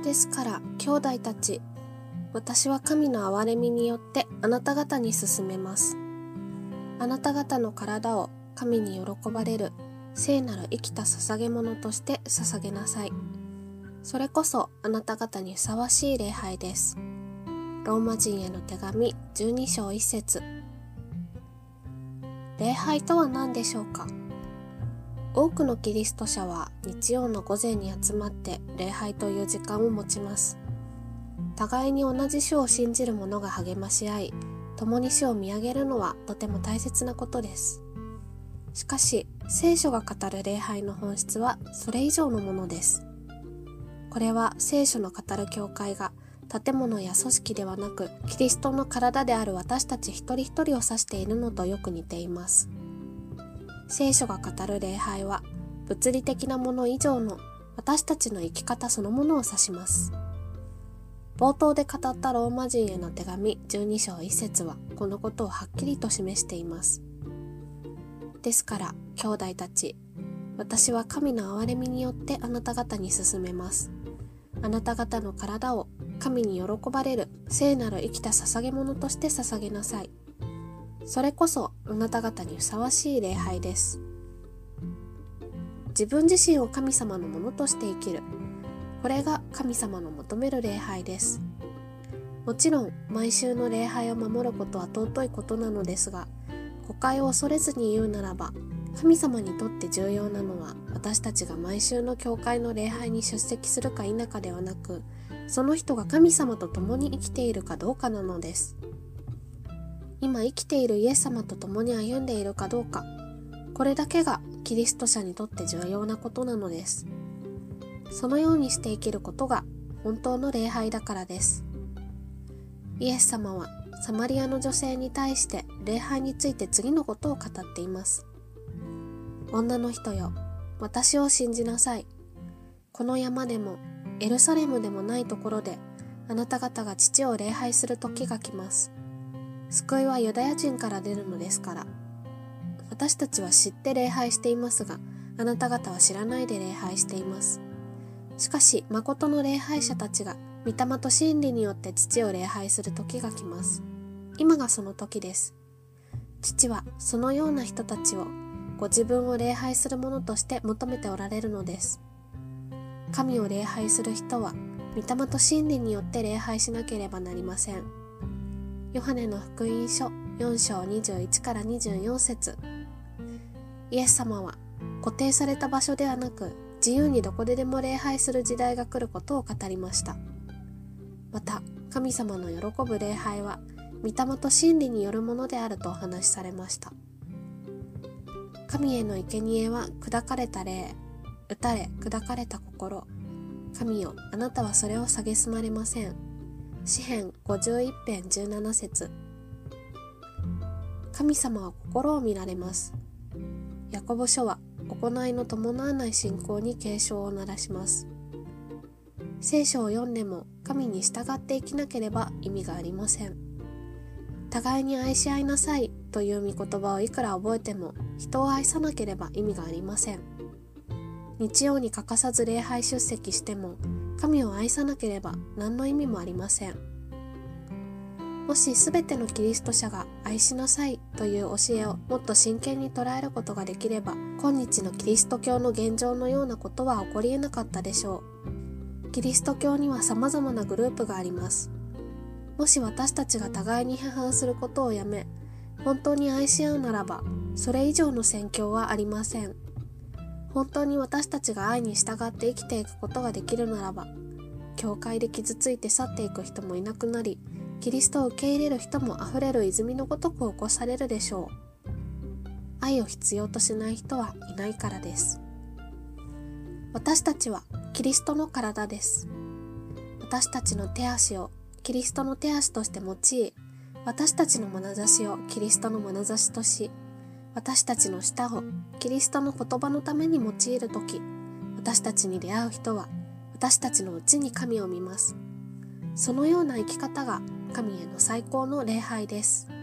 ですから兄弟たち、私は神の憐れみによってあなた方に勧めます。あなた方の体を神に喜ばれる聖なる生きた捧げ物として捧げなさい。それこそあなた方にふさわしい礼拝です。ローマ人への手紙12章1節。礼拝とは何でしょうか。多くのキリスト者は日曜の午前に集まって礼拝という時間を持ちます。互いに同じ主を信じる者が励まし合い、共に主を見上げるのはとても大切なことです。しかし、聖書が語る礼拝の本質はそれ以上のものです。これは聖書の語る教会が建物や組織ではなく、キリストの体である私たち一人一人を指しているのとよく似ています。聖書が語る礼拝は物理的なもの以上の私たちの生き方そのものを指します。冒頭で語ったローマ人への手紙12章1節はこのことをはっきりと示しています。ですから兄弟たち、私は神の憐れみによってあなた方に勧めます。あなた方の体を神に喜ばれる聖なる生きた捧げ物として捧げなさい。それこそあなた方にふさわしい礼拝です。自分自身を神様のものとして生きる。これが神様の求める礼拝です。もちろん毎週の礼拝を守ることは尊いことなのですが、誤解を恐れずに言うならば、神様にとって重要なのは私たちが毎週の教会の礼拝に出席するか否かではなく、その人が神様と共に生きているかどうかなのです。今生きているイエス様と共に歩んでいるかどうか、これだけがキリスト者にとって重要なことなのです。そのようにして生きることが本当の礼拝だからです。イエス様はサマリアの女性に対して礼拝について次のことを語っています。女の人よ、私を信じなさい。この山でもエルサレムでもないところであなた方が父を礼拝する時が来ます。救いはユダヤ人から出るのですから。私たちは知って礼拝していますが、あなた方は知らないで礼拝しています。しかし、誠の礼拝者たちが御霊と真理によって父を礼拝する時が来ます。今がその時です。父はそのような人たちをご自分を礼拝するものとして求めておられるのです。神を礼拝する人は御霊と真理によって礼拝しなければなりません。ヨハネの福音書4章21から24節。イエス様は固定された場所ではなく、自由にどこででも礼拝する時代が来ることを語りました。また、神様の喜ぶ礼拝は御霊と真理によるものであるとお話しされました。神への生贄は砕かれた霊、打たれ砕かれた心。神よ、あなたはそれを蔑まれません。詩編51編17節。神様は心を見られます。ヤコブ書は行いの伴わない信仰に警鐘を鳴らします。聖書を読んでも神に従って生きなければ意味がありません。互いに愛し合いなさいという御言葉をいくら覚えても人を愛さなければ意味がありません。日曜に欠かさず礼拝出席しても神を愛さなければ何の意味もありません。もしすべてのキリスト者が愛しなさいという教えをもっと真剣に捉えることができれば、今日のキリスト教の現状のようなことは起こり得なかったでしょう。キリスト教には様々なグループがあります。もし私たちが互いに批判することをやめ、本当に愛し合うならば、それ以上の宣教はありません。本当に私たちが愛に従って生きていくことができるならば、教会で傷ついて去っていく人もいなくなり、キリストを受け入れる人もあふれる泉のごとく起こされるでしょう。愛を必要としない人はいないからです。私たちはキリストの体です。私たちの手足をキリストの手足として用い、私たちの眼差しをキリストの眼差しとし、私たちの舌をキリストの言葉のために用いるとき、私たちに出会う人は私たちのうちに神を見ます。そのような生き方が神への最高の礼拝です。